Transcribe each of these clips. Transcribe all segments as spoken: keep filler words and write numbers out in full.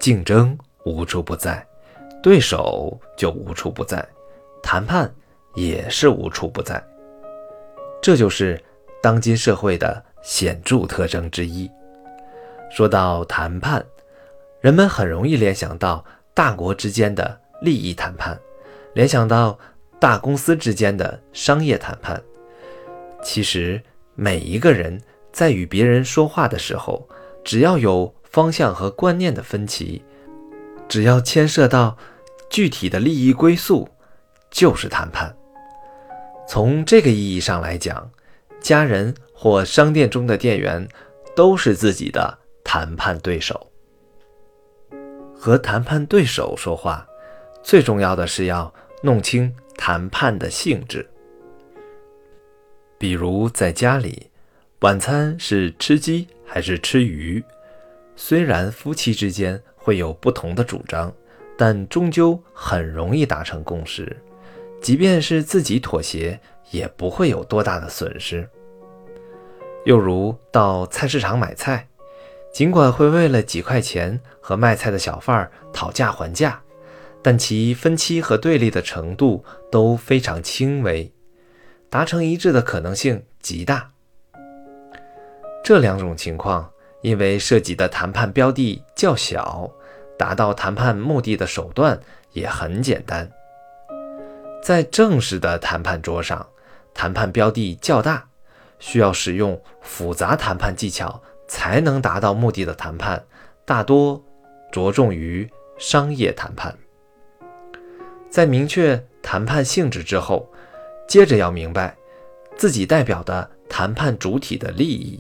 竞争无处不在，对手就无处不在，谈判也是无处不在。这就是当今社会的显著特征之一。说到谈判，人们很容易联想到大国之间的利益谈判，联想到大公司之间的商业谈判。其实每一个人在与别人说话的时候，只要有方向和观念的分歧，只要牵涉到具体的利益归宿，就是谈判。从这个意义上来讲，家人或商店中的店员都是自己的谈判对手。和谈判对手说话，最重要的是要弄清谈判的性质。比如在家里，晚餐是吃鸡还是吃鱼？虽然夫妻之间会有不同的主张，但终究很容易达成共识，即便是自己妥协，也不会有多大的损失。又如到菜市场买菜，尽管会为了几块钱和卖菜的小贩讨价还价，但其分歧和对立的程度都非常轻微，达成一致的可能性极大。这两种情况因为涉及的谈判标的较小，达到谈判目的的手段也很简单。在正式的谈判桌上，谈判标的较大，需要使用复杂谈判技巧才能达到目的的谈判，大多着重于商业谈判。在明确谈判性质之后，接着要明白自己代表的谈判主体的利益。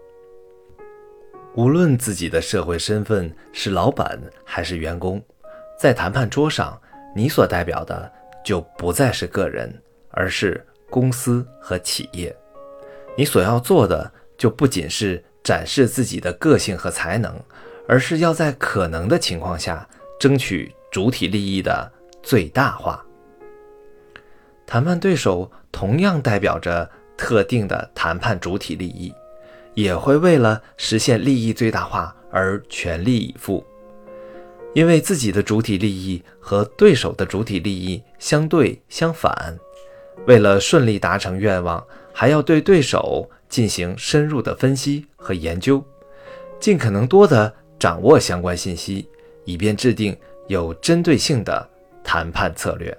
无论自己的社会身份是老板还是员工，在谈判桌上，你所代表的就不再是个人，而是公司和企业。你所要做的就不仅是展示自己的个性和才能，而是要在可能的情况下争取主体利益的最大化。谈判对手同样代表着特定的谈判主体利益，也会为了实现利益最大化而全力以赴。因为自己的主体利益和对手的主体利益相对相反，为了顺利达成愿望，还要对对手进行深入的分析和研究，尽可能多地掌握相关信息，以便制定有针对性的谈判策略。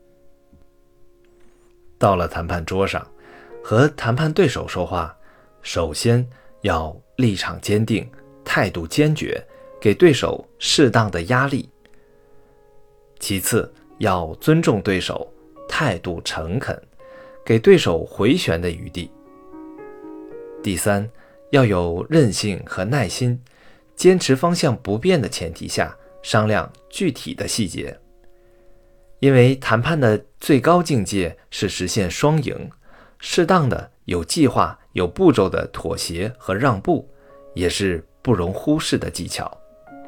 到了谈判桌上，和谈判对手说话，首先要立场坚定，态度坚决，给对手适当的压力。其次，要尊重对手，态度诚恳，给对手回旋的余地。第三，要有韧性和耐心，坚持方向不变的前提下，商量具体的细节。因为谈判的最高境界是实现双赢，适当的有计划、有步骤的妥协和让步，也是不容忽视的技巧。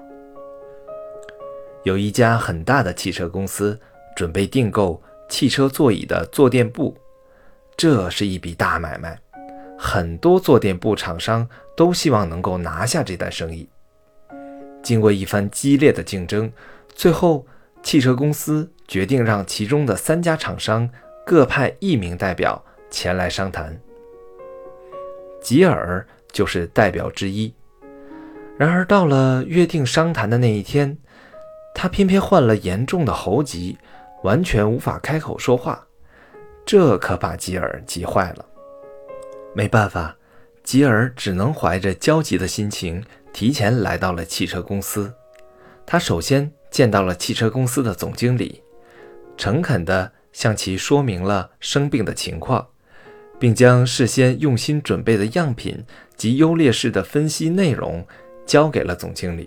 有一家很大的汽车公司准备订购汽车座椅的坐垫布，这是一笔大买卖，很多坐垫布厂商都希望能够拿下这单生意。经过一番激烈的竞争，最后汽车公司决定让其中的三家厂商各派一名代表前来商谈。吉尔就是代表之一。然而到了约定商谈的那一天，他偏偏患了严重的喉疾，完全无法开口说话，这可把吉尔急坏了。没办法，吉尔只能怀着焦急的心情提前来到了汽车公司。他首先见到了汽车公司的总经理，诚恳地向其说明了生病的情况，并将事先用心准备的样品及优劣势的分析内容交给了总经理。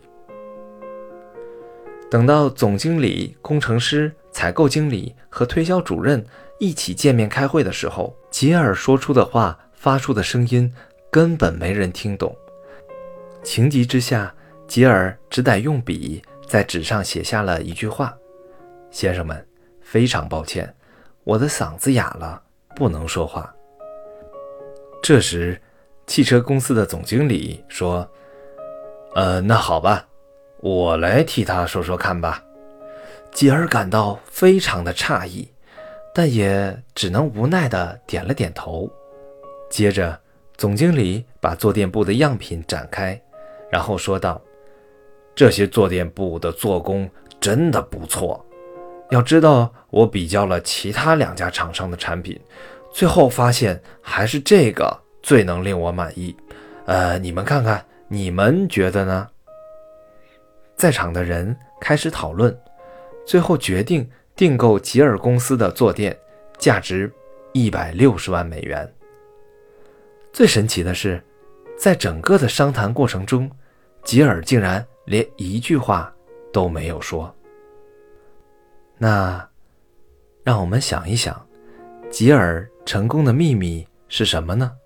等到总经理、工程师、采购经理和推销主任一起见面开会的时候，吉尔说出的话、发出的声音根本没人听懂。情急之下，吉尔只得用笔在纸上写下了一句话：先生们，非常抱歉，我的嗓子哑了，不能说话。这时，汽车公司的总经理说：呃，那好吧， 我来替他说说看吧。吉尔感到非常的诧异，但也只能无奈地点了点头。接着，总经理把坐垫布的样品展开，然后说道：这些坐垫布的做工真的不错。要知道，我比较了其他两家厂商的产品，最后发现还是这个最能令我满意。呃，你们看看，你们觉得呢？在场的人开始讨论，最后决定订购吉尔公司的坐垫，价值一百六十万美元。最神奇的是，在整个的商谈过程中，吉尔竟然连一句话都没有说。那让我们想一想，吉尔成功的秘密是什么呢？